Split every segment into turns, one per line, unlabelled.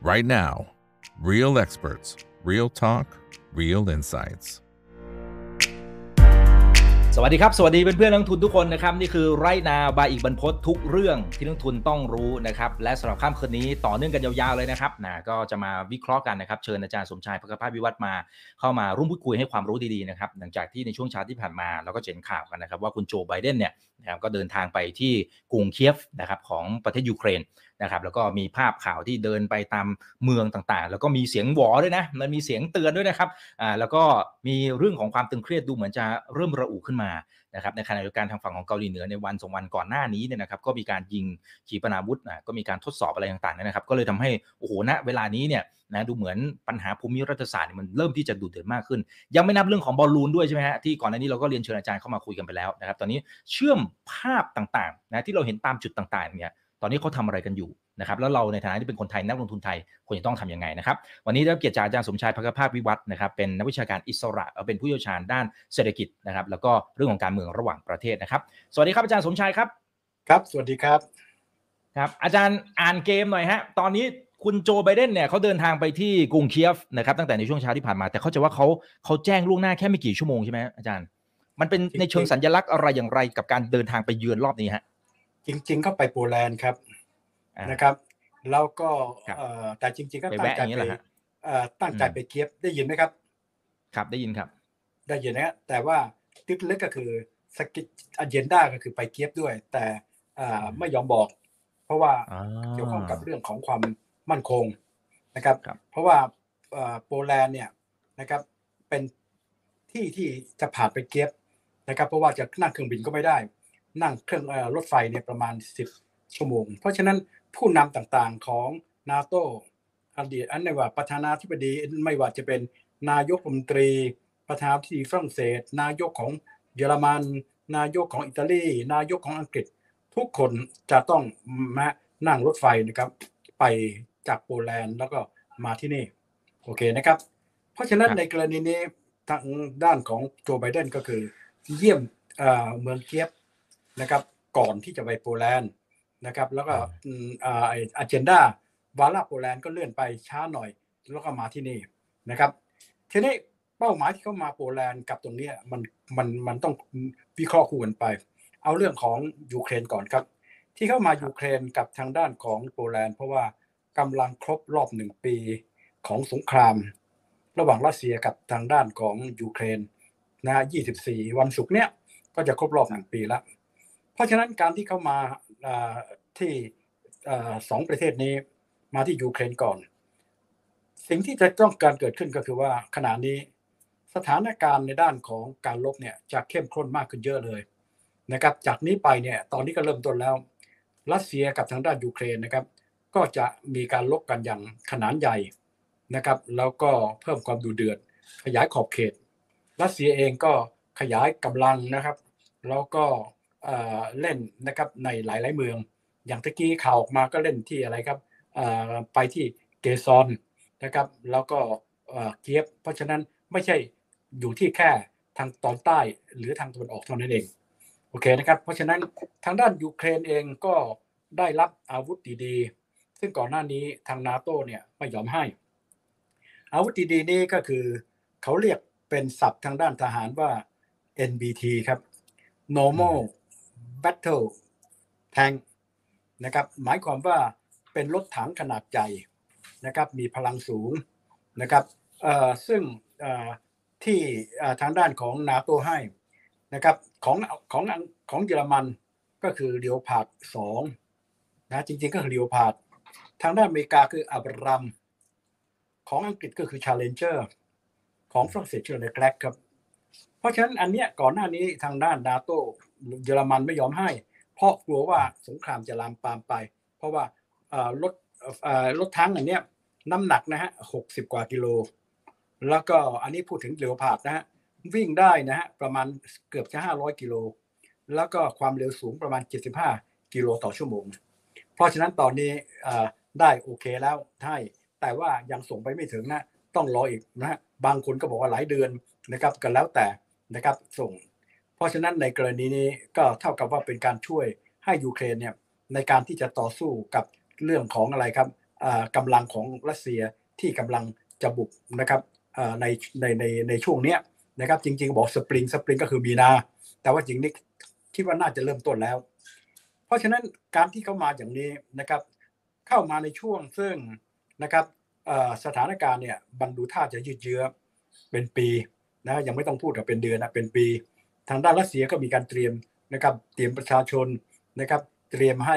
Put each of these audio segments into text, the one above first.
right now. Real experts, real talk, real insights.
สวัสดีครับสวัสดีเพื่อนๆนักลงทุนทุกคนนะครับนี่คือไรนาบายอีกบรรพตทุกเรื่องที่นักลงทุนต้องรู้นะครับและสำหรับค่ำคืนนี้ต่อเนื่องกันยาวๆเลยนะครับก็จะมาวิเคราะห์กันนะครับเชิญอาจารย์สมชายภคภาสวิวัฒน์มาเข้ามาร่วมพูดคุยให้ความรู้ดีๆนะครับหลังจากที่ในช่วงเช้าที่ผ่านมาเราก็เห็นข่าวกันนะครับว่าคุณโจไบเดนเนี่ยนะครับก็เดินทางไปที่กรุงเคียฟนะครับของประเทศยูเครนนะครับแล้วก็มีภาพข่าวที่เดินไปตามเมืองต่างๆแล้วก็มีเสียงหวอด้วยนะมันมีเสียงเตือนด้วยนะครับแล้วก็มีเรื่องของความตึงเครียดดูเหมือนจะเริ่มระอุขึ้นมานะครับในขณะเดียวกันทางฝั่งของเกาหลีเหนือในวัน2วันก่อนหน้านี้เนี่ยนะครับก็มีการยิงขีปนาวุธก็มีการทดสอบอะไรต่างๆนะครับก็เลยทำให้โอ้โหณเวลานี้เนี่ยนะดูเหมือนปัญหาภูมิรัฐศาสตร์มันเริ่มที่จะดุเดือดมากขึ้นยังไม่นับเรื่องของบอลลูนด้วยใช่ไหมฮะที่ก่อนหน้านี้เราก็เรียนเชิญอาจารย์เข้ามาคุยกันไปแล้วนะครับตอนนี้เชื่อมภาพต่างๆนะที่เราเห็นตามจุดต่างๆเนี่ยตอนนี้เขาทำอะไรกันอยู่นะครับแล้วเราในฐานะที่เป็นคนไทยนักลงทุนไทยควรจะต้องทำยังไงนะครับวันนี้ได้รับเกียรติจากอาจารย์สมชายภคภาสวิวัฒน์นะครับเป็นนักวิชาการอิสระเป็นผู้เชี่ยวชาญด้านเศรษฐกิจนะครับแล้วก็เรื่องของการเมืองระหว่างประเทศนะครับสวัสดีครับอาจารย์สมชายครับ
ครับสวัสดีครับ
ครับอาจารย์อ่านเกมหน่อยฮะตอนนี้คุณโจไบเดนเนี่ยเขาเดินทางไปที่กรุงเคียฟนะครับตั้งแต่ในช่วงเช้าที่ผ่านมาแต่เขาจะว่าเขาแจ้งล่วงหน้าแค่ไม่กี่ชั่วโมงใช่ไหมอาจารย์มันเป็นในเชิงสัญลักษณ์อะไรอย่างไรกับการเดินทางไปเยือนรอบนี้ฮะ
จริงๆก็ไปโปแลนด์ครับนะครับแล้วก็แต่จริงๆก็ตั้งใจไปเคียฟได้ยินไหมครับ
ครับได้ยินครับ
ได้ยินนะแต่ว่าลึกๆก็คือสกิจอเจนดาก็คือไปเคียฟด้วยแต่ไม่ยอมบอกเพราะว่าเกี่ยวข้องกับเรื่องของความมั่นคงนะครับเพราะว่าโปแลนด์เนี่ยนะครับเป็นที่จะผ่านไปเคียฟนะครับเพราะว่าจะนั่งเครื่องบินก็ไม่ได้นั่งเครื่องรถไฟเนี่ยประมาณ10ชั่วโมงเพราะฉะนั้นผู้นำต่างๆของ NATO อดีตไม่ว่าประธานาธิบดีไม่ว่าจะเป็นนายกรัฐมนตรีประธานาธิบดีฝรั่งเศสนายกของเยอรมันนายกของอิตาลีนายกของอังกฤษทุกคนจะต้องมานั่งรถไฟนะครับไปจากโปแลนด์แล้วก็มาที่นี่โอเคนะครับเพราะฉะนั้นในกรณีนี้ทางด้านของโจไบเดนก็คือเยี่ยมเมืองเคียฟนะครับก่อนที่จะไปโปแลนด์นะครับแล้วก็อเจนดาวาระโปแลนด์ก็เลื่อนไปช้าหน่อยแล้วก็มาที่นี่นะครับทีนี้เป้าหมายที่เขามาโปแลนด์กับตรงนี้มันต้องวิเคราะห์คู่กันไปเอาเรื่องของยูเครนก่อนครับที่เข้ามายูเครนกับทางด้านของโปแลนด์เพราะว่ากำลังครบรอบ1ปีของสงครามระหว่างรัสเซียกับทางด้านของยูเครนนะ24วันศุกร์เนี้ยก็จะครบรอบ1ปีแล้วเพราะฉะนั้นการที่เข้ามาที่2ประเทศนี้มาที่ยูเครนก่อนสิ่งที่จะต้องการเกิดขึ้นก็คือว่าขณะนี้สถานการณ์ในด้านของการรบเนี่ยจะเข้มข้นมากขึ้นเยอะเลยนะครับจากนี้ไปเนี่ยตอนนี้ก็เริ่มต้นแล้วรัสเซียกับทางด้านยูเครนนะครับก็จะมีการรบกันอย่างขนาดใหญ่นะครับแล้วก็เพิ่มความดุเดือดขยายขอบเขตรัสเซียเองก็ขยายกำลังนะครับแล้วก็เล่นนะครับในหลายๆเมืองอย่างตะกี้ข่าวออกมาก็เล่นที่อะไรครับไปที่เกซอนนะครับแล้วก็เคียฟเพราะฉะนั้นไม่ใช่อยู่ที่แค่ทางตอนใต้หรือทางตะวันออกเท่านั้นเองโอเคนะครับเพราะฉะนั้นทางด้านยูเครนเองก็ได้รับอาวุธดีๆซึ่งก่อนหน้านี้ทาง NATO เนี่ยไม่ยอมให้อาวุธดีๆนี้ก็คือเขาเรียกเป็นศัพท์ทางด้านทหารว่า NBT ครับ Normal Battle Tank นะครับหมายความว่าเป็นรถถังขนาดใหญ่นะครับมีพลังสูงนะครับซึ่งที่ทางด้านของ NATO ให้นะครับของเยอรมันก็คือเลียวพาร์ด2นะจริงๆก็คือเลียวพาร์ดทางด้านอเมริกาคืออับรัมของอังกฤษก็คือ Challenger ของฝรั่งเศสชื่อเลแคลร์ครับเพราะฉะนั้นอันเนี้ยก่อนหน้านี้ทางด้าน NATO เยอรมันไม่ยอมให้เพราะกลัวว่าสงครามจะลามปามไปเพราะว่ารถถังอันเนี้ยน้ำหนักนะฮะ60กว่ากิโลแล้วก็อันนี้พูดถึงเลียวพาร์ดนะฮะวิ่งได้นะฮะประมาณเกือบจะ500กิโลแล้วก็ความเร็วสูงประมาณ75กิโลต่อชั่วโมงเพราะฉะนั้นตอนนี้ได้โอเคแล้วใช่แต่ว่ายังส่งไปไม่ถึงนะต้องรออีกนะฮะบางคนก็บอกว่าหลายเดือนนะครับก็แล้วแต่นะครับส่งเพราะฉะนั้นในกรณีนี้ก็เท่ากับว่าเป็นการช่วยให้ยูเครนเนี่ยในการที่จะต่อสู้กับเรื่องของอะไรครับกำลังของรัสเซียที่กำลังจะบุกนะครับในช่วงเนี้ยนะครับจริงๆบอกสปริงก็คือมีนาแต่ว่าจริงนี่คิดว่าน่าจะเริ่มต้นแล้วเพราะฉะนั้นการที่เข้ามาอย่างนี้นะครับเข้ามาในช่วงซึ่งนะครับสถานการณ์เนี่ยมันดูท่าจะยืดเยื้อเป็นปีนะยังไม่ต้องพูดกับเป็นเดือนนะเป็นปีทางด้านรัสเซียก็มีการเตรียมนะครับเตรียมประชาชนนะครับเตรียมให้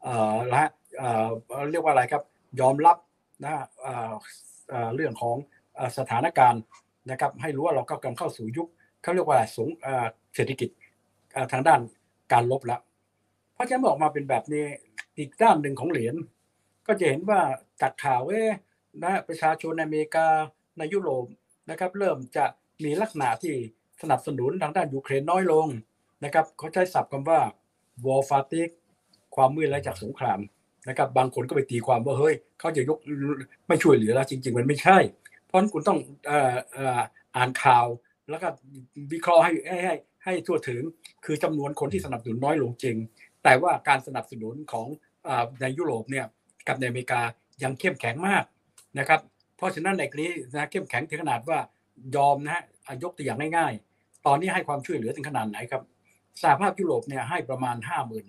เรียกว่าอะไรครับยอมรับนะเรื่องของสถานการณ์นะครับให้รู้ว่าเราก็กำลังเข้าสู่ยุคเขาเรียกว่าเศรษฐกิจทางด้านการลบแล้วเพราะฉะนั้นออกมาเป็นแบบนี้อีกด้านหนึ่งของเหรียญก็จะเห็นว่าจากข่าวนะประชาชนในอเมริกาในยุโรปนะครับเริ่มจะมีลักษณะที่สนับสนุนทางด้านยูเครนน้อยลงนะครับเขาใช้ศัพท์คำว่า war fatigue ความเมื่อยล้าจากสงครามนะครับบางคนก็ไปตีความว่าเฮ้ยเขาจะยกไม่ช่วยเหลือแล้วจริงๆมันไม่ใช่เพราะฉะนั้นคุณต้องอ่านข่าวแล้วก็วิเคราะห์ให้ทั่วถึงคือจำนวนคนที่สนับสนุนน้อยลงจริงแต่ว่าการสนับสนุนของในยุโรปเนี่ยกับในอเมริกายังเข้มแข็งมากนะครับเพราะฉะนั้นในกรณีนะเข้มแข็งถึงขนาดว่ายอมนะยกตัวอย่างง่ายๆตอนนี้ให้ความช่วยเหลือถึงขนาดไหนครับสหภาพยุโรปเนี่ยให้ประมาณ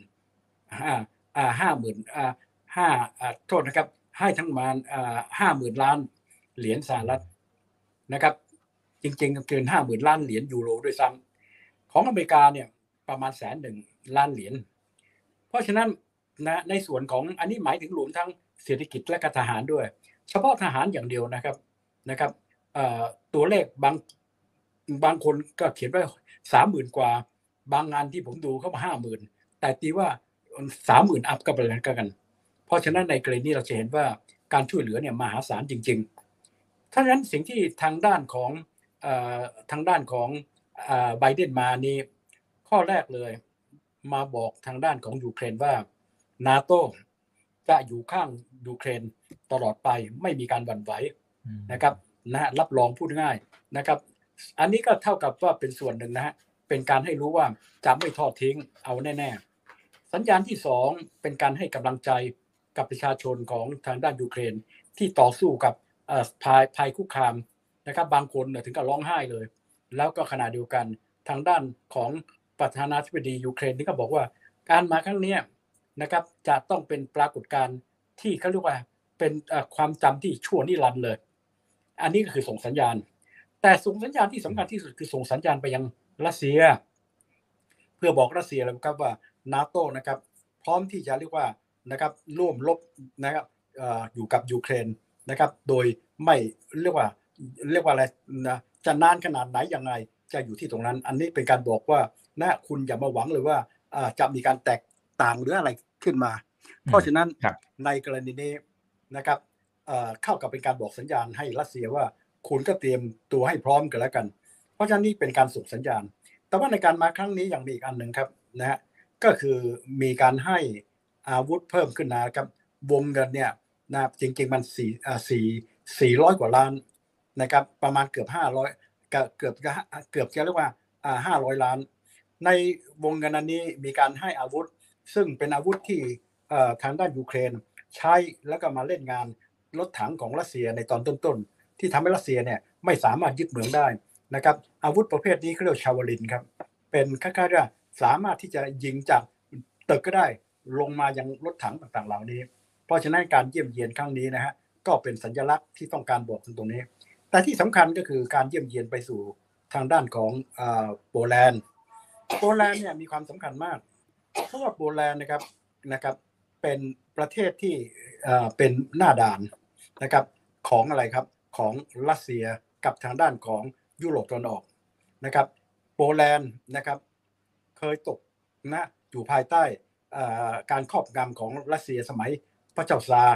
โทษนะครับให้ทั้งประมาณ50,000 ล้านเหรียญสหรัฐนะครับจริงๆเกิน50,000 ล้านเหรียญยูโรด้วยซ้ำของอเมริกาเนี่ยประมาณ101,000 ล้านเหรียญเพราะฉะนั้นนะในส่วนของอันนี้หมายถึงรวมทั้งเศรษฐกิจและทหารด้วยเฉพาะทหารอย่างเดียวนะครับตัวเลขบางคนก็เขียนไว้30,000 กว่าบางงานที่ผมดูเขามา50,000แต่ตีว่า30,000อัพก็เป็นกันเพราะฉะนั้นในกรณีนี้เราจะเห็นว่าการช่วยเหลือเนี่ยมหาศาลจริงๆถ้าฉะนั้นสิ่งที่ทางด้านของไบเดนมานี้ข้อแรกเลยมาบอกทางด้านของยูเครนว่านาโต้จะอยู่ข้างยูเครนตลอดไปไม่มีการหวั่นไหวนะครับรับรองพูดง่ายนะครับอันนี้ก็เท่ากับว่าเป็นส่วนหนึ่งนะฮะเป็นการให้รู้ว่าจะไม่ทอดทิ้งเอาแน่ๆสัญญาณที่2เป็นการให้กำลังใจกับประชาชนของทางด้านยูเครนที่ต่อสู้กับภัยคุกคามนะครับบางคนถึงกับร้องไห้เลยแล้วก็ขณะเดียวกันทางด้านของประธานาธิบดียูเครนที่ก็บอกว่าการมาครั้งนี้นะครับจะต้องเป็นปรากฏการณ์ที่เขาเรียกว่าเป็นความจำที่ชั่วนิรันดร์เลยอันนี้ก็คือส่งสัญญาณแต่ส่งสัญญาณที่สำคัญที่สุดคือส่งสัญญาณไปยังรัสเซียเพื่อบอกรัสเซียแล้วครับว่านาโต้นะครับพร้อมที่จะเรียกว่านะครับร่วมรบนะครับอยู่กับยูเครนนะครับโดยไม่เรียกว่าอะไรนะจะนานขนาดไหนยังไงจะอยู่ที่ตรงนั้นอันนี้เป็นการบอกว่านะคุณอย่ามาหวังเลยว่าจะมีการแตกต่างหรืออะไรขึ้นมาเพราะฉะนั้นในกรณีนี้นะครับเข้ากับเป็นการบอกสัญญาณให้รัสเซียว่าคุณก็เตรียมตัวให้พร้อมกันแล้วกันเพราะฉะนั้นนี่เป็นการส่งสัญญาณแต่ว่าในการมาครั้งนี้ยังมีอีกอันหนึ่งครับนะฮะก็คือมีการให้อาวุธเพิ่มขึ้นนะครับวงเงินเนี่ยนะจริงๆมัน400 กว่าล้านนะครับประมาณเกือบ500เกือบจะเรียกว่า500 ล้านในวงเงินอันนี้มีการให้อาวุธซึ่งเป็นอาวุธที่ทางด้านยูเครนใช้แล้วก็มาเล่นงานรถถังของรัสเซียในตอนต้นๆที่ทำให้รัสเซียเนี่ยไม่สามารถยึดเมืองได้นะครับอาวุธประเภทนี้เขาเรียกชาวลินครับเป็นคล้ายๆว่าสามารถที่จะยิงจากตึกก็ได้ลงมายังรถถังต่างๆเหล่านี้เพราะฉะนั้นการเยี่ยมเยียนครั้งนี้นะฮะก็เป็นสัญลักษณ์ที่ต้องการบอกตรงนี้แต่ที่สำคัญก็คือการเยี่ยมเยียนไปสู่ทางด้านของโปแลนด์เนี่ยมีความสำคัญมากเพราะว่าโปแลนด์นะครับเป็นประเทศที่เป็นหน้าด่านนะครับของอะไรครับของรัสเซียกับทางด้านของยุโรปตะวันออกนะครับโปแลนด์นะครับเคยตกนะอยู่ภายใต้การครอบงำของรัสเซียสมัยพระเจ้าซาร์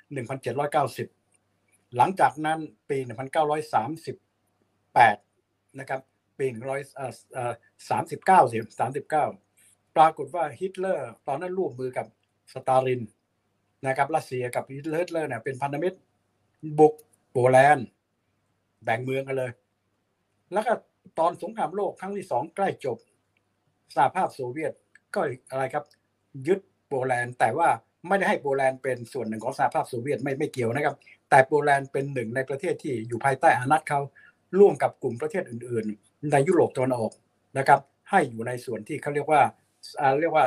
1790หลังจากนั้นปี1938นะครับปี1939ปรากฏว่าฮิตเลอร์ตอนนั้นร่วมมือกับสตาลินนะครับรัสเซียกับฮิตเลอร์เนี่ยเป็นพันธมิตรบุกโปแลนด์แบ่งเมืองกันเลยแล้วก็ตอนสงครามโลกครั้งที่2ใกล้จบสหภาพโซเวียตก็อะไรครับยึดโปแลนด์แต่ว่าไม่ได้ให้โปแลนด์เป็นส่วนหนึ่งของสหภาพโซเวียตไม่เกี่ยวนะครับแต่โปแลนด์เป็นหนึ่งในประเทศที่อยู่ภายใต้อานัตเขาร่วมกับกลุ่มประเทศอื่นๆในยุโรปตะวันออกนะครับให้อยู่ในส่วนที่เขาเรียกว่า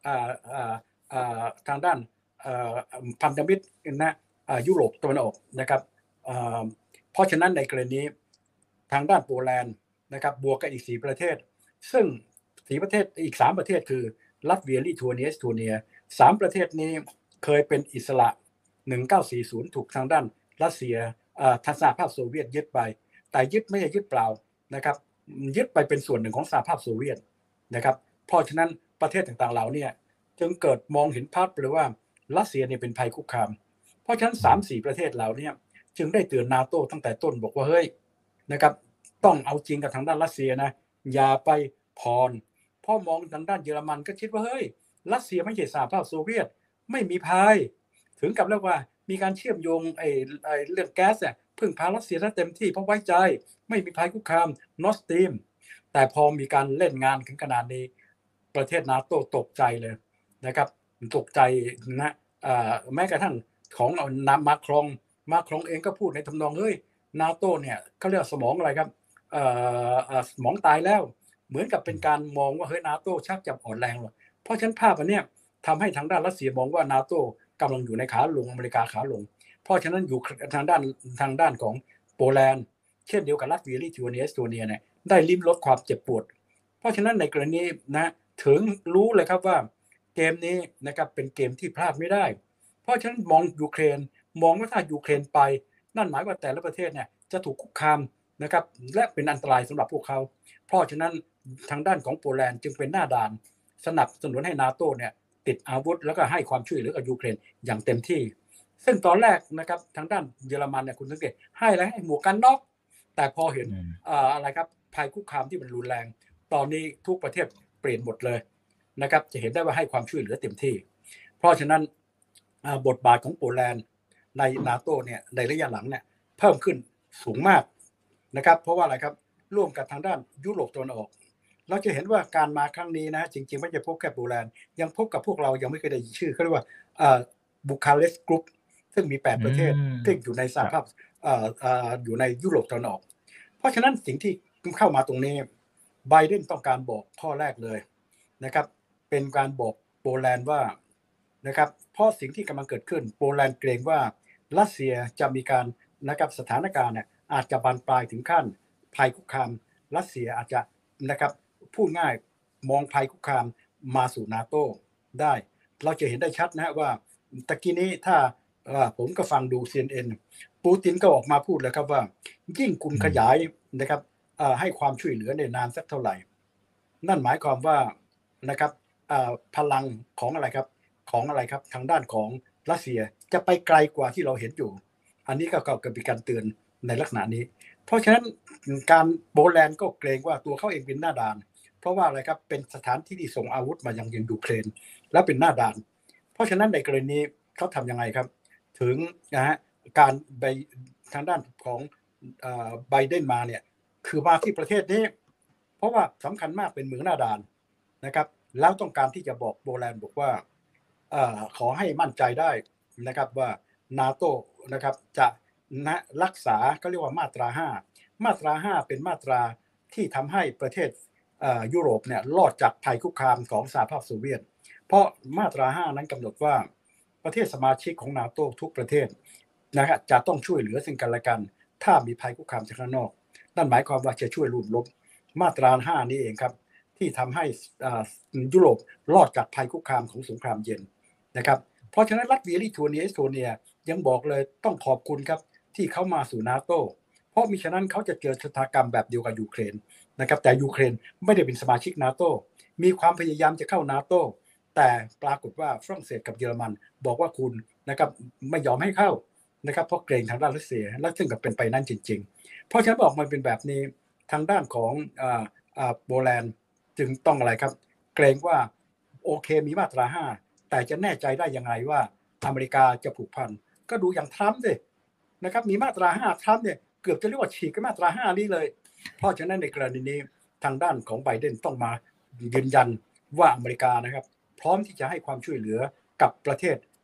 ทางด้านพันธมิตรนะยุโรปตะวันออกนะครับเพราะฉะนั้นในกรณีทางด้านโปแลนด์นะครับบวกกับอีก4ประเทศซึ่ง4ประเทศอีก3ประเทศคือลัตเวียลิทัวเนียเอสโตเนีย3ประเทศนี้เคยเป็นอิสระ1940ถูกทางด้านรัสเซียทางสหภาพโซเวียตยึดไปแต่ยึดไม่ใช่ยึดเปล่านะครับยึดไปเป็นส่วนหนึ่งของสหภาพโซเวียตนะครับเพราะฉะนั้นประเทศต่างๆเหล่านี้จึงเกิดมองเห็นภาพเลยว่ารัสเซียเนี่ยเป็นภัยคุกคามเพราะฉะนั้น 3-4 ประเทศเหล่านี้จึงได้เตือนนาโต้ตั้งแต่ต้นบอกว่าเฮ้ยนะครับต้องเอาจริงกับทางด้านรัสเซียนะอย่าไปผ่อนเพราะมองทางด้านเยอรมันก็คิดว่าเฮ้ยรัสเซียไม่ใช่สหภาพโซเวียตไม่มีภัยถึงกับเรียกว่ามีการเชื่อมโยงเรื่องแก๊สเนี่ยพึ่งพารัสเซียได้เต็มที่เพราะไว้ใจไม่มีภัยคุกคามนอร์สตรีมแต่พอมีการเล่นงานถึงขนาดนี้ประเทศนาโต้ตกใจเลยนะครับตกใจนะแม้กระทั่งของมาครองเองก็พูดในทำนองเฮ้ยนาโต้เนี่ยเขาเรียกสมองอะไรครับสมองตายแล้วเหมือนกับเป็นการมองว่าเฮ้ยนาโต้ชักจะอ่อนแรงแล้วเพราะฉะนั้นภาพอันเนี้ยทำให้ทางด้านรัสเซียมองว่านาโต้กำลังอยู่ในขาลงอเมริกาขาลงเพราะฉะนั้นอยู่ทางด้านของโปแลนด์เช่นเดียวกับลัตเวียลิทัวเนียเอสโตเนียเนี่ยได้ลิ้มรสความเจ็บปวดเพราะฉะนั้นในกรณีนะถึงรู้เลยครับว่าเกมนี้นะครับเป็นเกมที่พลาดไม่ได้เพราะฉะนั้นมองยูเครนมองว่าถ้ายูเครนไปนั่นหมายว่าแต่ละประเทศเนี่ยจะถูกคุกคามนะครับและเป็นอันตรายสำหรับพวกเขาเพราะฉะนั้นทางด้านของโปแลนด์จึงเป็นหน้าด่านสนับสนุนให้นาโต้เนี่ยติดอาวุธแล้วก็ให้ความช่วยเหลือกับยูเครนอย่างเต็มที่ซึ่งตอนแรกนะครับทางด้านเยอรมันเนี่ยคุณสังเกตให้อะไรให้หมวกกันน็อกแต่พอเห็นอะไรครับภัยคุกคามที่มันรุนแรงตอนนี้ทุกประเทศเปลี่ยนหมดเลยนะครับจะเห็นได้ว่าให้ความช่วยเหลือเต็มที่เพราะฉะนั้นบทบาทของโปแลนด์ในนาโต้เนี่ยในระยะหลังเนี่ยเพิ่มขึ้นสูงมากนะครับเพราะว่าอะไรครับร่วมกับทางด้านยุโรปตะวันออกเราจะเห็นว่าการมาครั้งนี้นะจริงๆไม่ใช่พบแค่โปแลนด์ยังพบกับพวกเรายังไม่เคยได้ยินชื่อเขาเรียกว่าบุคาเรสต์กรุ๊ปซึ่งมี8ประเทศซึ่งอยู่ในสหภาพอยู่ในยุโรปตะวันออกเพราะฉะนั้นสิ่งที่เข้ามาตรงนี้ไบเดนต้องการบอกข้อแรกเลยนะครับเป็นการบอกโปแลนด์ว่านะครับเพราะสิ่งที่กำลังเกิดขึ้นโปแลนด์เกรงว่ารัสเซียจะมีการนะครับสถานการณ์เนี่ยอาจจะบานปลายถึงขั้นภัยคุกคามรัสเซียอาจจะนะครับพูดง่ายมองภัยคุกคามมาสู่นาโต้ได้เราจะเห็นได้ชัดนะว่าตะกี้นี้ถ้าผมก็ฟังดู CNN ปูตินก็ออกมาพูดแล้วครับว่ายิ่งคุณขยายนะครับให้ความช่วยเหลือในนานสักเท่าไหร่นั่นหมายความว่านะครับพลังของอะไรครับทางด้านของรัสเซียจะไปไกลกว่าที่เราเห็นอยู่อันนี้ก็เป็นการเตือนในลักษณะนี้เพราะฉะนั้นการโปแลนด์ก็เกรงว่าตัวเขาเองเป็นหน้าด่านเพราะว่าอะไรครับเป็นสถานที่ที่ส่งอาวุธมายังยูเครนและเป็นหน้าด่านเพราะฉะนั้นในกรณีเขาทำยังไงครับถึงนะฮะการไปทางด้านของไบเดนมาเนี่ยคือมาที่ประเทศนี้เพราะว่าสำคัญมากเป็นเมืองหน้าด่านนะครับแล้วต้องการที่จะบอกโปแลนด์บอกว่าขอให้มั่นใจได้นะครับว่านาโต้นะครับจะรักษาก็เรียกว่ามาตรา5เป็นมาตราที่ทำให้ประเทศยุโรปเนี่ยรอดจากภัยคุกคามของสหภาพโซเวียตเพราะมาตรา5นั้นกำหนดว่าประเทศสมาชิกของนาโต้ทุกประเทศนะครับจะต้องช่วยเหลือซึ่งกันและกันถ้ามีภัยคุกคามจากข้างนอกนั่นหมายความว่าจะช่วยร่วมรบมาตรา5นี้เองครับที่ทำให้ยุโรปรอดจากภัยคุกคามของสงครามเย็นนะครับเพราะฉะนั้นรัสเซียลิทัวเนียเอสโตเนียยังบอกเลยต้องขอบคุณครับที่เขามาสู่นาโต้เพราะมิฉะนั้นเขาจะเจอชะตากรรมแบบเดียวกับยูเครนนะครับแต่ยูเครนไม่ได้เป็นสมาชิกนาโต้มีความพยายามจะเข้านาโต้แต่ปรากฏว่าฝรั่งเศสกับเยอรมันบอกว่าคุณนะครับไม่ยอมให้เข้านะครับเพราะเกรงทางด้านรัสเซียและซึ่งก็เป็นไปนั่นจริงๆเพราะฉะนั้นออกมาเป็นแบบนี้ทางด้านของโปแลนด์จึงต้องอะไรครับเกรงว่าโอเคมีมาตรา5แต่จะแน่ใจได้ยังไงว่าอเมริกาจะผูกพันก็ดูอย่างทรัมป์สินะครับมีมาตรา5ทรัมป์เนี่ยเกือบจะเรียกว่าฉีกกับมาตรา5นี้เลยเพราะฉะนั้นในกรณีนี้ทางด้านของไบเดนต้องมายืนยันว่าอเมริกานะครับพร้อมที่จะให้ความช่วยเหลือกับประเทศ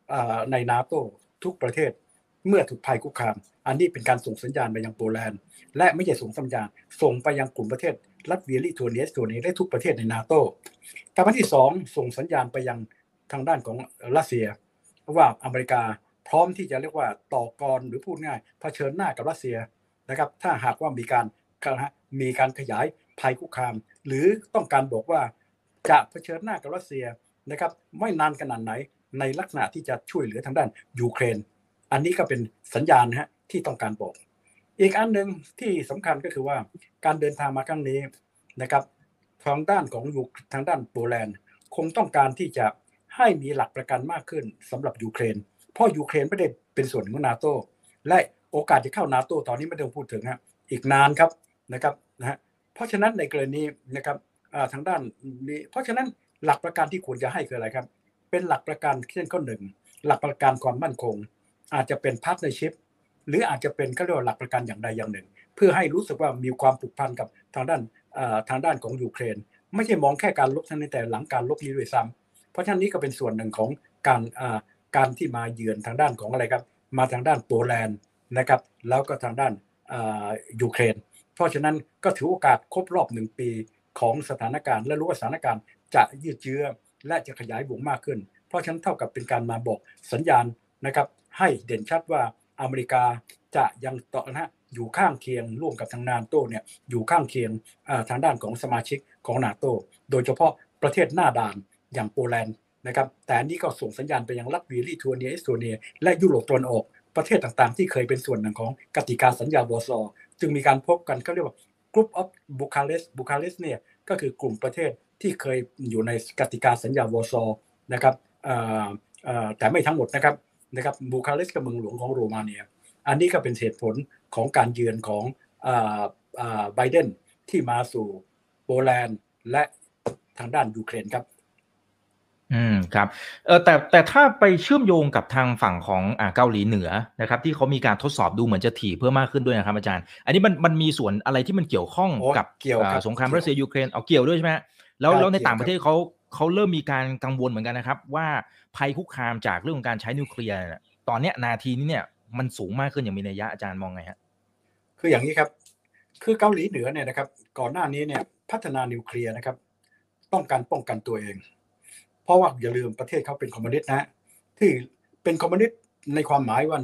ในนาโต้ทุกประเทศเมื่อถูกภัยคุกคามอันนี้เป็นการส่งสัญญาณไปยังโปแลนด์และไม่ใช่ส่งสัญญาณส่งไปยังกลุ่มประเทศรัสเซียลิทัวเนียและทุกประเทศในนาโต้การที่2ส่งสัญญาณไปยังทางด้านของรัสเซียว่าอเมริกาพร้อมที่จะเรียกว่าต่อกรหรือพูดง่ายเผชิญหน้ากับรัสเซียนะครับถ้าหากว่ามีการขยายภัยคุกคามหรือต้องการบอกว่าจะเผชิญหน้ากับรัสเซียนะครับไม่นานขนาดไหนในลักษณะที่จะช่วยเหลือทางด้านยูเครนอันนี้ก็เป็นสัญญาณนะฮะที่ต้องการบอกอีกอันหนึ่งที่สำคัญก็คือว่าการเดินทางมาครั้งนี้นะครับทางด้านของทางด้านโปแลนด์คงต้องการที่จะให้มีหลักประกันมากขึ้นสำหรับยูเครนเพราะยูเครนไม่ได้เป็นส่วนของนาโต้และโอกาสจะเข้านาโต้ตอนนี้ไม่ต้องพูดถึงฮะอีกนานครับนะครับนะฮะเพราะฉะนั้นในกรณีนะครับทางด้านนี้เพราะฉะนั้นหลักประกันที่ควรจะให้คืออะไรครับเป็นหลักประกันเช่นข้อหนึ่งหลักประกันความมั่นคงอาจจะเป็นพาร์ทเนอร์ชิพหรืออาจจะเป็นเขาเรียกว่าหลักประกันอย่างใดอย่างหนึ่งเพื่อให้รู้สึกว่ามีความผูกพันกับทางด้านของยูเครนไม่ใช่มองแค่การลบเท่านั้นแต่หลังการลบนี้ด้วยซ้ำเพราะฉะนั้นนี้ก็เป็นส่วนหนึ่งของการที่มาเยือนทางด้านของอะไรครับมาทางด้านโปแลนด์นะครับแล้วก็ทางด้านยูเครนเพราะฉะนั้นก็ถือโอกาสครบรอบ1 ปีของสถานการณ์และรู้ว่าสถานการณ์จะยืดเยื้อและจะขยายวงมากขึ้นเพราะฉะนั้นเท่ากับเป็นการมาบอกสัญญาณนะครับให้เด่นชัดว่าอเมริกาจะยังต่อนะอยู่ข้างเคียงร่วมกับทางนาโต้เนี่ยอยู่ข้างเคียงทางด้านของสมาชิกของนาโต้โดยเฉพาะประเทศหน้าด่านอย่างโปแลนด์นะครับแต่อันนี้ก็ส่งสัญญาณไปยังรัสเซียลิทัวเนียเอสโตเนียและยุโรปตะวันออกประเทศต่างๆที่เคยเป็นส่วนหนึ่งของกติกาสัญญาวอร์ซอจึงมีการพบกันเขาเรียกว่า Group of Bucharest เนี่ยก็คือกลุ่มประเทศที่เคยอยู่ในกติกาสัญญาวอร์ซอนะครับแต่ไม่ทั้งหมดนะครับบูคาเรสต์กับเมืองหลวงของโรมาเนียอันนี้ก็เป็นเหตุผลของการเยือนของไบเดนที่มาสู่โปแลนด์และทางด้านยูเครนครับ
ครับแต่ถ้าไปเชื่อมโยงกับทางฝั่งของเกาหลีเหนือนะครับที่เขามีการทดสอบดูเหมือนจะถี่เพิ่มมากขึ้นด้วยนะครับอาจารย์อันนี้มันมีส่วนอะไรที่มันเกี่ยวข้องกับสงครามรัสเซียยูเครนเอาเกี่ยวด้วยใช่ไหมแล้วในต่างประเทศเขาเริ่มมีการกังวลเหมือนกันนะครับว่าภัยคุกคามจากเรื่องของการใช้นิวเคลียร์ตอนนี้นาทีนี้เนี่ยมันสูงมากขึ้นอย่างมีนัยยะอาจารย์มองไงฮะ
คืออย่างนี้ครับคือเกาหลีเหนือเนี่ยนะครับก่อนหน้านี้เนี่ยพัฒนานิวเคลียร์นะครับต้องการป้องกันตัวเองเพราะว่าอย่าลืมประเทศเขาเป็นคอมมิวนิสต์นะที่เป็นคอมมิวนิสต์ในความหมายว่า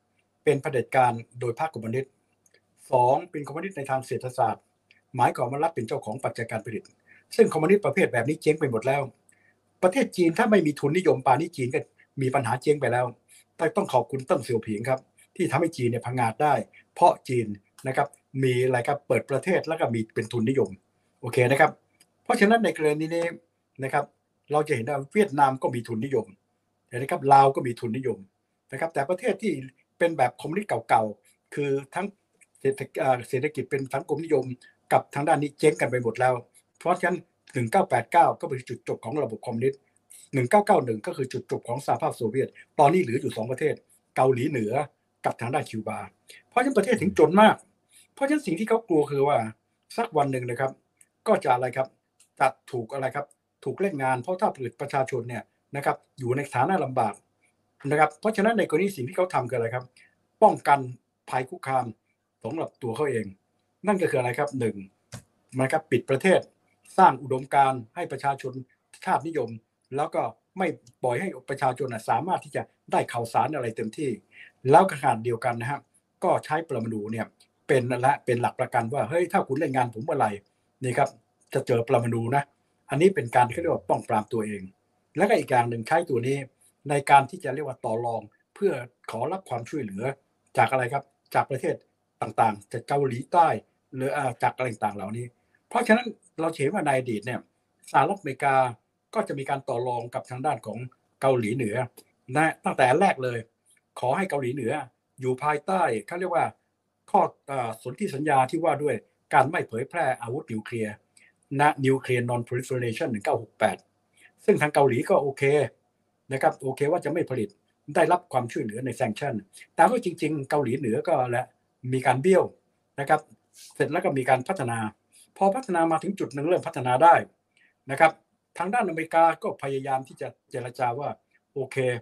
1เป็นเผด็จการโดยพรรคคอมมิวนิสต์2เป็นคอมมิวนิสต์ในทางเศรษฐศาสตร์หมายความว่ารับเป็นเจ้าของปัจจัยการผลิตซึ่งคอมมิวนิสต์ประเภทแบบนี้เจ๊งไปหมดแล้วประเทศจีนถ้าไม่มีทุนนิยมป่านนี้จีนก็มีปัญหาเจ๊งไปแล้วแต่ต้องขอบคุณเติ้งเสี่ยวผิงครับที่ทำให้จีนเนี่ยพังงาดได้เพราะจีนนะครับมีอะไรครับเปิดประเทศแล้วก็มีเป็นทุนนิยมโอเคนะครับเพราะฉะนั้นในกรณีนี้นะครับเราจะเห็นว่าเวียดนามก็มีทุนนิยมนะครับลาวก็มีทุนนิยมนะครับแต่ประเทศที่เป็นแบบคอมมิวนิสต์เก่าๆคือทั้งเศรษฐกิจเป็นสังคมนิยมกับทางด้านนี้เจ๊งกันไปหมดแล้วเพราะฉะนั้น1989ก็เป็นจุดจบของระบบคอมมิวนิสต์1991ก็คือจุดจบของสหภาพโซเวียตตอนนี้เหลืออยู่2ประเทศเกาหลีเหนือกับทางด้านคิวบาเพราะฉะนั้นประเทศถึงจนมากเพราะฉะนั้นสิ่งที่เขากลัวคือว่าสักวันหนึ่งนะครับก็จะอะไรครับจะถูกอะไรครับถูกเล่นงานเพราะถ้าเกิดประชาชนเนี่ยนะครับอยู่ในฐานะลำบากนะครับเพราะฉะนั้นในกรณีสิ่งที่เขาทำคืออะไรครับป้องกันภัยคุกคามสำหรับตัวเขาเองนั่นก็คืออะไรครับ1นะครับปิดประเทศสร้างอุดมการณ์ให้ประชาชนชาตินิยมแล้วก็ไม่ปล่อยให้ประชาชนสามารถที่จะได้ข่าวสารอะไรเต็มที่แล้วขนาดเดียวกันนะครับก็ใช้ปรมาณูเนี่ยเป็นหลักประกันว่าเฮ้ยถ้าคุณเล่นงานผมเมื่อไหร่นี่ครับจะเจอปรมาณูนะอันนี้เป็นการเรียกว่าป้องปรามตัวเองและก็อีกอย่างหนึ่งใช้ตัวนี้ในการที่จะเรียกว่าต่อรองเพื่อขอรับความช่วยเหลือจากอะไรครับจากประเทศต่างๆจากเกาหลีใต้หรือจากอะไรต่างๆเหล่านี้เพราะฉะนั้นเราเห็นว่าในอดีตเนี่ยสหรัฐอเมริกาก็จะมีการต่อรองกับทางด้านของเกาหลีเหนือนะตั้งแต่แรกเลยขอให้เกาหลีเหนืออยู่ภายใต้เขาเรียกว่าข้อสนธิสัญญาที่ว่าด้วยการไม่เผยแพร่อาวุธนิวเคลียร์ณ Nuclear Non-Proliferation 1968ซึ่งทางเกาหลีก็โอเคนะครับโอเคว่าจะไม่ผลิตได้รับความช่วยเหลือในแซงชั่นแต่ก็จริงๆเกาหลีเหนือก็และมีการเบี้ยวนะครับเสร็จแล้วก็มีการพัฒนาพอพัฒนามาถึงจุดหนึ่งเริ่มพัฒนาได้นะครับทางด้านอเมริกาก็พยายามที่จะเจรจาว่าโอเค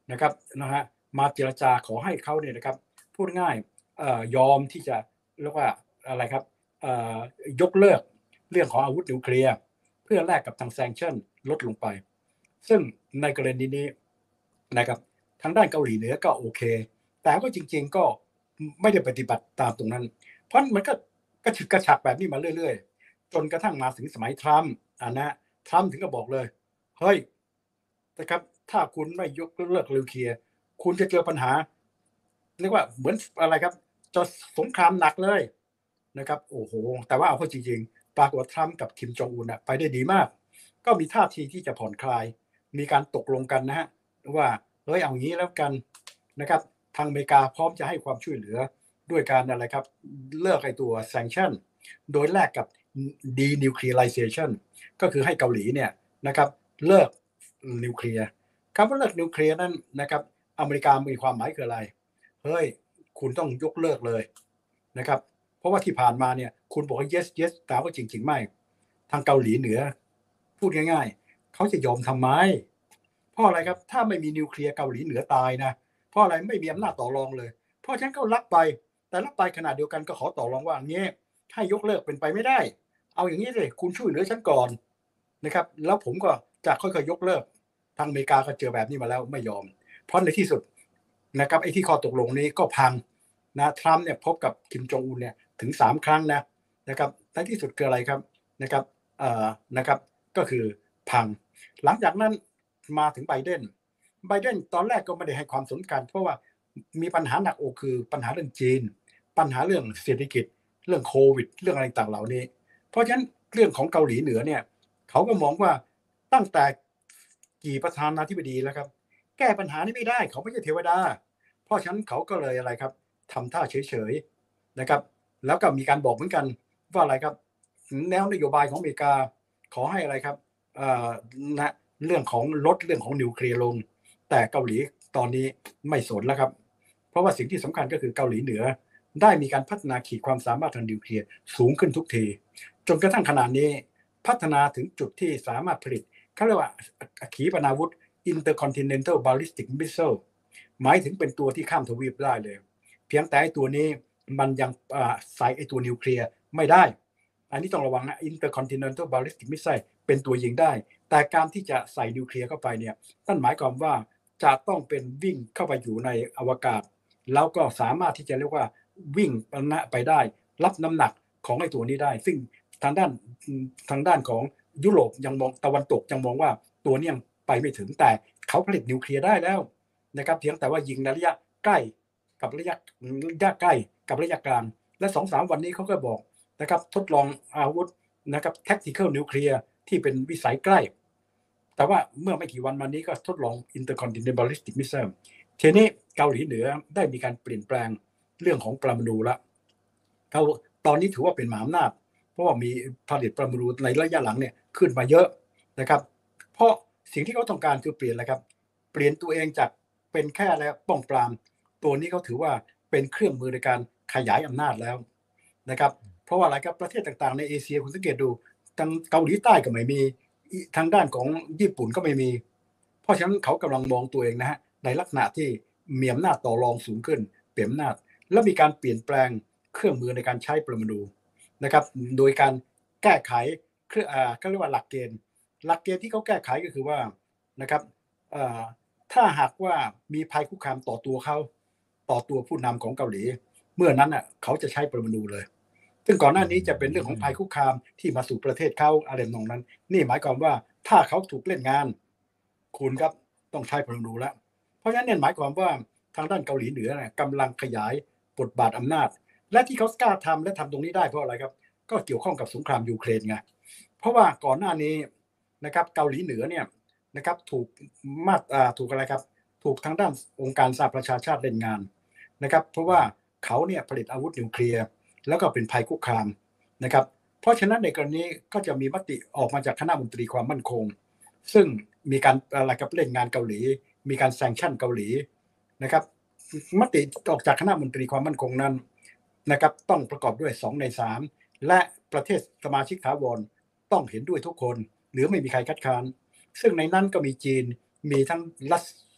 นะครับมาเจรจาขอให้เขาเนี่ยนะครับพูดง่ายยอมที่จะเรียกว่าอะไรครับยกเลิกเรื่องของอาวุธนิวเคลียร์เพื่อแลกกับทางแซงชั่นลดลงไปซึ่งในกรณีนี้นะครับทางด้านเกาหลีเหนือก็โอเคแต่ก็จริงๆก็ไม่ได้ปฏิบัติตามตรงนั้นเพราะมันก็กระฉึกกระฉักแบบนี้มาเรื่อยๆจนกระทั่งมาถึงสมัยทรัมป์ทรัมป์ถึงก็บอกเลยเฮ้ยนะครับถ้าคุณไม่ยกเลิกนิวเคลียร์คุณจะเจอปัญหาเรียกว่าเหมือนอะไรครับจะสงครามหนักเลยนะครับโอ้โหแต่ว่าเอาเข้าจริงๆปรากฏว่าทรัมป์กับคิมจองอุนไปได้ดีมากก็มีท่าทีที่จะผ่อนคลายมีการตกลงกันนะฮะว่าเฮ้ยเอางี้แล้วกันนะครับทางอเมริกาพร้อมจะให้ความช่วยเหลือด้วยการอะไรครับเลิกไอ้ตัว sanction โดยแลกกับ denuclearization ก็คือให้เกาหลีเนี่ยนะครับเลิกนิวเคลียร์คำว่าเลิกนิวเคลียร์นั้นนะครับอเมริกามีความหมายคืออะไรเฮ้ยคุณต้องยกเลิกเลยนะครับเพราะว่าที่ผ่านมาเนี่ยคุณบอกว่า yes แต่ว่าจริงๆไม่ทางเกาหลีเหนือพูดง่ายๆเขาจะยอมทำไมเพราะอะไรครับถ้าไม่มีนิวเคลียร์เกาหลีเหนือตายนะเพราะอะไรไม่มีอำนาจต่อรองเลยเพราะฉะนั้นก็รับไปแต่รับไปขนาดเดียวกันก็ขอต่อรองว่าเงี้ยให้ยกเลิกเป็นไปไม่ได้เอาอย่างนี้เลยคุณช่วยเหลือฉันก่อนนะครับแล้วผมก็จะค่อยๆยกเลิกทางอเมริกาก็เจอแบบนี้มาแล้วไม่ยอมเพราะในที่สุดนะครับไอ้ที่ข้อตกลงนี้ก็พังนะทรัมป์เนี่ยพบกับคิมจองอุนเนี่ยถึง3ครั้งนะครับในที่สุดคืออะไรครับนะครับก็คือพังหลังจากนั้นมาถึงไบเดนตอนแรกก็ไม่ได้ให้ความสนใจเพราะว่ามีปัญหาหนักอกคือปัญหาเรื่องจีนปัญหาเรื่องเศรษฐกิจเรื่องโควิดเรื่องอะไรต่างเหล่านี้เพราะฉะนั้นเรื่องของเกาหลีเหนือเนี่ยเขาก็มองว่าตั้งแต่กี่ประธานาธิบดีแล้วครับแก้ปัญหานี้ไม่ได้เขาไม่ใช่เทวดาเพราะฉะนั้นเขาก็เลยอะไรครับทำท่าเฉยๆนะครับแล้วก็มีการบอกเหมือนกันว่าอะไรครับแนวนโยบายของอเมริกาขอให้อะไรครับนะเรื่องของลดเรื่องของนิวเคลียร์ลงแต่เกาหลีตอนนี้ไม่สนแล้วครับเพราะว่าสิ่งที่สำคัญก็คือเกาหลีเหนือได้มีการพัฒนาขีดความสามารถทางนิวเคลียร์สูงขึ้นทุกทีจนกระทั่งขนาดนี้พัฒนาถึงจุดที่สามารถผลิตเขาเรียกว่าขีปนาวุธ Intercontinental Ballistic Missile หมายถึงเป็นตัวที่ข้ามทวีปได้เลยเพียงแต่ตัวนี้มันยังใส่ไอตัวนิวเคลียร์ไม่ได้อันนี้ต้องระวังนะ Intercontinental Ballistic Missile เป็นตัวยิงได้แต่การที่จะใส่นิวเคลียร์เข้าไปเนี่ยนั่นหมายความว่าจะต้องเป็นวิ่งเข้าไปอยู่ในอวกาศแล้วก็สามารถที่จะเรียกว่าวิ่งไปได้รับน้ำหนักของไอ้ตัวนี้ได้ซึ่งทางด้านของยุโรปยังมองตะวันตกยังมองว่าตัวนี้ยังไปไม่ถึงแต่เขาผลิตนิวเคลียร์ได้แล้วนะครับเพียงแต่ว่ายิงในระยะใกล้กับระยะใกล้กับระยะกลางและ 2-3 วันนี้เขาก็บอกนะครับทดลองอาวุธนะครับ tactical nuclear ที่เป็นวิสัยใกล้แต่ว่าเมื่อไม่กี่วันมานี้ก็ทดลอง intercontinental ballistic missile ทีนี้เกาหลีเหนือได้มีการเปลี่ยนแปลงเรื่องของปรมาณูแล้วเขาตอนนี้ถือว่าเป็นมหาอำนาจเพราะว่ามีผลิตปรมาณูในระยะหลังเนี่ยขึ้นมาเยอะนะครับเพราะสิ่งที่เขาต้องการคือเปลี่ยนอะไรครับเปลี่ยนตัวเองจากเป็นแค่แล้วป้องปรามตัวนี้เขาถือว่าเป็นเครื่องมือในการขยายอำนาจแล้วนะครับเพราะว่าอะไรครับประเทศต่างๆในเอเชียคุณสังเกตดูทางเกาหลีใต้ก็ไม่มีทางด้านของญี่ปุ่นก็ไม่มีเพราะฉะนั้นเขากำลังมองตัวเองนะฮะในลักษณะที่มีอำนาจต่อรองสูงขึ้นเปลี่ยนอำนาจและมีการเปลี่ยนแปลงเครื่องมือในการใช้ปรมาณูนะครับโดยการแก้ไขเขาเรียกว่าหลักเกณฑ์ที่เขาแก้ไขก็คือว่านะครับถ้าหากว่ามีภัยคุกคามต่อตัวผู้นำของเกาหลีเมื่อนั้นเขาจะใช้ปรมาณูเลยซึ่งก่อนหน้านี้จะเป็นเรื่องของภัยคุกคามที่มาสู่ประเทศเขาอะไรนองนั้นนี่หมายความว่าถ้าเขาถูกเล่นงานคุณครับต้องใช้ปรมาณูแล้วเพราะฉะนั้นเนี่ยหมายความว่าทางด้านเกาหลีเหนือกำลังขยายบทบาทอำนาจและที่เขากล้าทำและทำตรงนี้ได้เพราะอะไรครับก็เกี่ยวข้องกับสงครามยูเครนไงเพราะว่าก่อนหน้านี้นะครับเกาหลีเหนือเนี่ยนะครับถูกอะไรครับถูกทางด้านองค์การสหประชาชาติเล่นงานนะครับเพราะว่าเขาเนี่ยผลิตอาวุธนิวเคลียร์แล้วก็เป็นภัยคุกคามนะครับเพราะฉะนั้นในกรณีก็จะมีมติออกมาจากคณะมนตรีความมั่นคงซึ่งมีการอะไรกับเล่นงานเกาหลีมีการแซงชั่นเกาหลีนะครับมติออกจากคณะมนตรีความมั่นคงนั้นนะครับต้องประกอบด้วย2 ใน 3และประเทศสมาชิกถาวรต้องเห็นด้วยทุกคนหรือไม่มีใครคัดค้านซึ่งในนั้นก็มีจีนมีทั้งรัส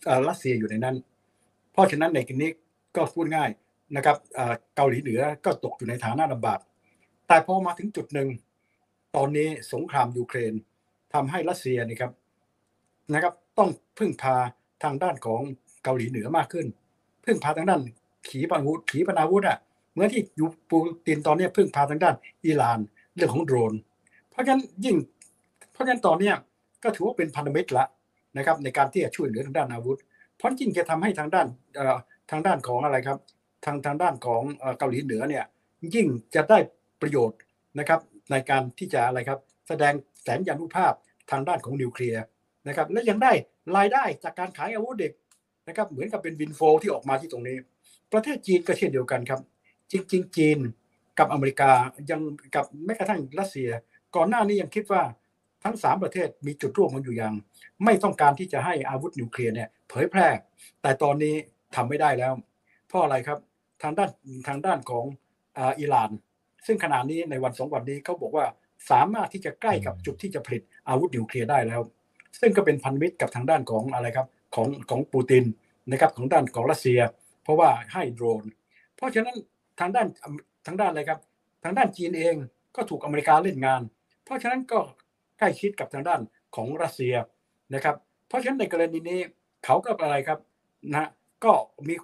รัสเซียอยู่ในนั้นเพราะฉะนั้นในที่นี้ก็พูดง่ายนะครับเกาหลีเหนือก็ตกอยู่ในฐานะลำบากแต่พอมาถึงจุดหนึ่งตอนนี้สงครามยูเครนทำให้รัสเซียนะครับต้องพึ่งพาทางด้านของเกาหลีเหนือมากขึ้นพึ่งพาทางด้านขีปนาวุธเมื่อที่ยูปูตินตอนนี้พึ่งพาทางด้านอิหร่านเรื่องของโดรนเพราะฉะนั้นตอนนี้ก็ถือว่าเป็นพันธมิตรละนะครับในการที่จะช่วยเหลือทางด้านอาวุธเพราะจริงจะทำให้ทางด้านของอะไรครับทางด้านของเกาหลีเหนือเนี่ยยิ่งจะได้ประโยชน์นะครับในการที่จะอะไรครับแสดงแสนยานุภาพทางด้านของนิวเคลียร์นะครับและยังได้รายได้จากการขายอาวุธเด็กนะครับเหมือนกับเป็นวินโฟที่ออกมาที่ตรงนี้ประเทศจีนก็เช่นเดียวกันครับจริงจีนกับอเมริกายังกับแม้กระทั่งรัสเซียก่อนหน้านี้ยังคิดว่าทั้ง3ประเทศมีจุดร่วมกันอยู่อย่างไม่ต้องการที่จะให้อาวุธนิวเคลียร์เนี่ยเผยแพร่แต่ตอนนี้ทำไม่ได้แล้วเพราะอะไรครับทางด้านของอิหร่านซึ่งขณะนี้ในวัน2วันนี้เขาบอกว่าสามารถที่จะใกล้กับจุดที่จะผลิตอาวุธนิวเคลียร์ได้แล้วซึ่งก็เป็นพันธมิตรกับทางด้านของอะไรครับของปูตินนะครับของด้านของรัสเซียเพราะว่าให้โดรนเพราะฉะนั้นทางด้านอะไรครับทางด้านจีนเองก็ถูกอเมริกาเล่นงานเพราะฉะนั้นก็ใกล้ชิดกับทางด้านของรัสเซียนะครับเพราะฉะนั้นในกรณีนี้เขาก็อะไรครับนะก็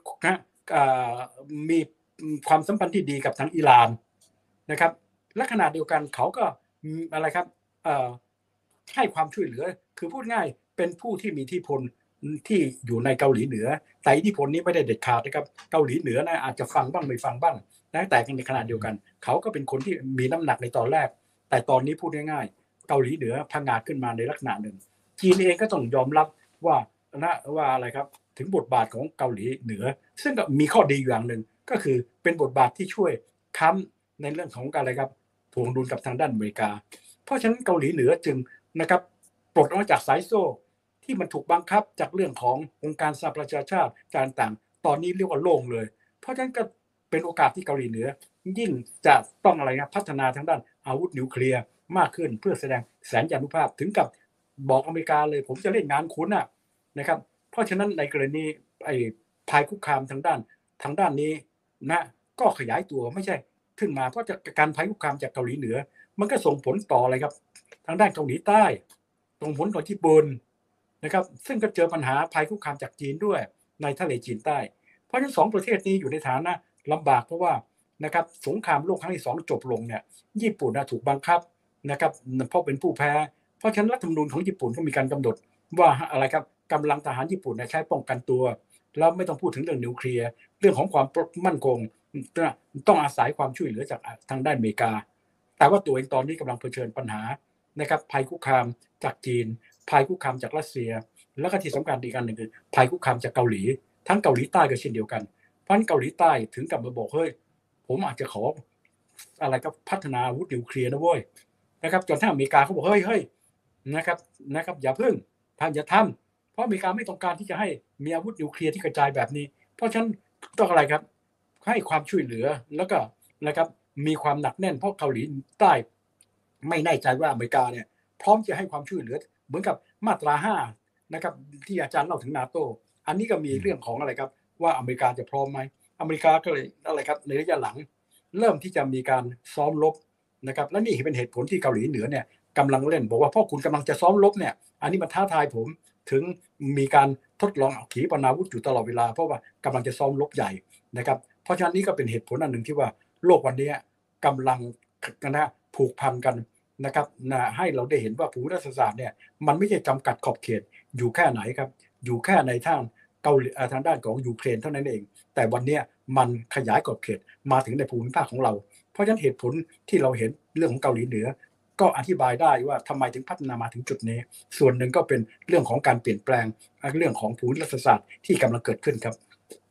มีความสัมพันธ์ที่ดีกับทางอิหร่านนะครับและขณะเดียวกันเขาก็อะไรครับให้ความช่วยเหลือคือพูดง่ายเป็นผู้ที่มีอิทธิพลที่อยู่ในเกาหลีเหนือแต่อิทธิพลนี้ไม่ได้เด็ดขาดนะครับเกาหลีเหนือนะอาจจะฟังบ้างไม่ฟังบ้างนะแต่ในขณะเดียวกันเขาก็เป็นคนที่มีน้ำหนักในตอนแรกแต่ตอนนี้พูดง่ายๆเกาหลีเหนือพังงาดขึ้นมาในลักษณะหนึ่งจีนเองก็ต้องยอมรับว่าอะไรครับถึงบทบาทของเกาหลีเหนือซึ่งก็มีข้อดีอย่างหนึ่งก็คือเป็นบทบาทที่ช่วยค้ำในเรื่องของอะไรครับถ่วงดุลกับทางด้านอเมริกาเพราะฉะนั้นเกาหลีเหนือจึงนะครับปลดออกจากสายโซ่ที่มันถูกบังคับจากเรื่องขององค์การสหประชาชาติต่างๆตอนนี้เรียกว่าโล่งเลยเพราะฉะนั้นก็เป็นโอกาสที่เกาหลีเหนือยิ่งจะต้องอะไรนะพัฒนาทางด้านอาวุธนิวเคลียร์มากขึ้นเพื่อแสดงแสนยานุภาพถึงกับบอกอเมริกาเลยผมจะเล่นงานคุณนะครับเพราะฉะนั้นในกรณีภัยคุกคามทางด้านนี้นะก็ขยายตัวไม่ใช่ขึ้นมาเพราะการภัยคุกคามจากเกาหลีเหนือมันก็ส่งผลต่ออะไรครับทางด้านเกาหลีใต้ส่งผลต่อญี่ปุ่นนะครับซึ่งก็เจอปัญหาภัยคุกคามจากจีนด้วยในทะเลจีนใต้เพราะฉะนั้น2ประเทศนี้อยู่ในฐานะลำบากเพราะว่านะครับสงครามโลกครั้งที่2จบลงเนี่ยญี่ปุ่นถูกบังคับนะครับเพราะเป็นผู้แพ้เพราะฉะนั้นรัฐธรรมนูญของญี่ปุ่นก็มีการกำหนดว่าอะไรครับกำลังทหารญี่ปุ่นใช้ป้องกันตัวแล้วไม่ต้องพูดถึงเรื่องนิวเคลียร์เรื่องของความมั่นคงต้องอาศัยความช่วยเหลือจากทางด้านอเมริกาแต่ว่าตัวเองตอนนี้กำลังเผชิญปัญหานะครับภัยคุกคามจากจีนภัยคุกคามจากรัสเซียแล้วก็ที่สำคัญอีกอันหนึ่งคือภัยคุกคามจากเกาหลีทั้งเกาหลีใต้ก็เช่นเดียวกันเพราะฉะนั้นเกาหลีใต้ถึงกับมาบอกเฮ้ยผมอาจจะขออะไรก็พัฒนาอาวุธนิวเคลียร์นะเว้ยนะครับจนถ้าอเมริกาเขาบอกเฮ้ยนะครับอย่าเพิ่งท่านอย่าทำเพราะอเมริกาไม่ต้องการที่จะให้มีอาวุธนิวเคลียร์ที่กระจายแบบนี้เพราะฉะนั้นต้องอะไรครับให้ความช่วยเหลือแล้วก็นะครับมีความหนักแน่นเพราะเกาหลีใต้ไม่แน่ใจว่าอเมริกาเนี่ยพร้อมจะให้ความช่วยเหลือเหมือนกับมาตรา5นะครับที่อาจารย์เล่าถึงนาโต้อันนี้ก็มีเรื่องของอะไรครับว่าอเมริกาจะพร้อมไหมอเมริกาก็เลยอะไรครับในระยะหลังเริ่มที่จะมีการซ้อมรบนะครับและนี่เป็นเหตุผลที่เกาหลีเหนือเนี่ยกำลังเล่นบอกว่าพ่อคุณกำลังจะซ้อมรบเนี่ยอันนี้มันท้าทายผมถึงมีการทดลองขีปนาวุธอยู่ตลอดเวลาเพราะว่ากำลังจะซ้อมรบใหญ่นะครับเพราะฉะนั้นนี่ก็เป็นเหตุผลอันหนึ่งที่ว่าโลกวันนี้กำลังผูกพันกันนะครับให้เราได้เห็นว่าภูมิรัฐศาสตร์เนี่ยมันไม่ใช่จำกัดขอบเขตอยู่แค่ไหนครับอยู่แค่ในทางเกาหลีทางด้านของยูเครนเท่านั้นเองแต่วันนี้มันขยายขอบเขตมาถึงในภูมิภาคของเราเพราะฉะนั้นเหตุผลที่เราเห็นเรื่องของเกาหลีเหนือก็อธิบายได้ว่าทำไมถึงพัฒนามาถึงจุดนี้ส่วนหนึ่งก็เป็นเรื่องของการเปลี่ยนแปลงเรื่องของภูมิรัฐศาสตร์ที่กำลังเกิดขึ้นครับ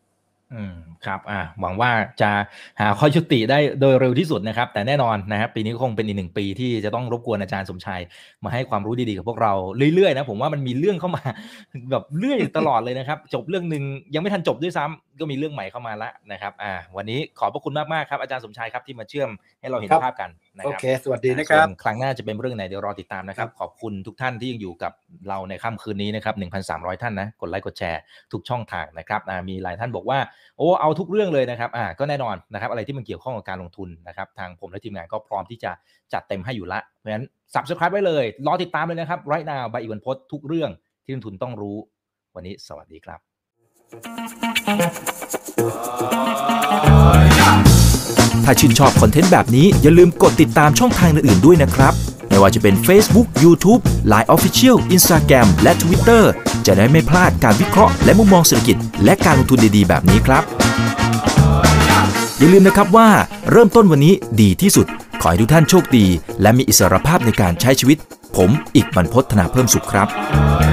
ครับหวังว่าจะหาข้อยุติได้โดยเร็วที่สุดนะครับแต่แน่นอนนะครับปีนี้คงเป็นอีก1 ปีที่จะต้องรบกวนอาจารย์สมชายมาให้ความรู้ดีๆกับพวกเราเรื่อยๆนะผมว่ามันมีเรื่องเข้ามาแบบเรื่อยตลอดเลยนะครับจบเรื่องนึงยังไม่ทันจบด้วยซ้ำก็มีเรื่องใหม่เข้ามาแล้วนะครับวันนี้ขอบพระคุณมากๆครับอาจารย์สมชายครับที่มาเชื่อมให้เราเห็นภาพกันนะครับ
โอเคสวัสดีนะครับ
ครั้งหน้าจะเป็นเรื่องไหนเดี๋ยวรอติดตามนะครับขอบคุณทุกท่านที่ยังอยู่กับเราในค่ำคืนนี้นะครับ 1,300 ท่านนะกดไลค์กดแชร์ทุกช่องทางนะครับมีหลายท่านบอกว่าโอ้เอาทุกเรื่องเลยนะครับก็แน่นอนนะครับอะไรที่มันเกี่ยวข้องกับการลงทุนนะครับทางผมและทีมงานก็พร้อมที่จะจัดเต็มให้อยู่ละเพราะฉะนั้น Subscribe ไว้เลยรอติดตามเลยนะครับ Right Now บายอีกบรรพตทุกเรื่องที่นักทุนต้องรู้วันนี้สวัสดีครับ
ถ้าชื่นชอบคอนเทนต์แบบนี้อย่าลืมกดติดตามช่องทางอื่นๆด้วยนะครับไม่ว่าจะเป็น Facebook, YouTube, Line Official, Instagram และ Twitter จะได้ไม่พลาดการวิเคราะห์และมุมมองเศรษฐกิจและการลงทุนดีๆแบบนี้ครับอย่าลืมนะครับว่าเริ่มต้นวันนี้ดีที่สุดขอให้ทุกท่านโชคดีและมีอิสรภาพในการใช้ชีวิตผมอีกบรรพต ธนาเพิ่มสุขครับ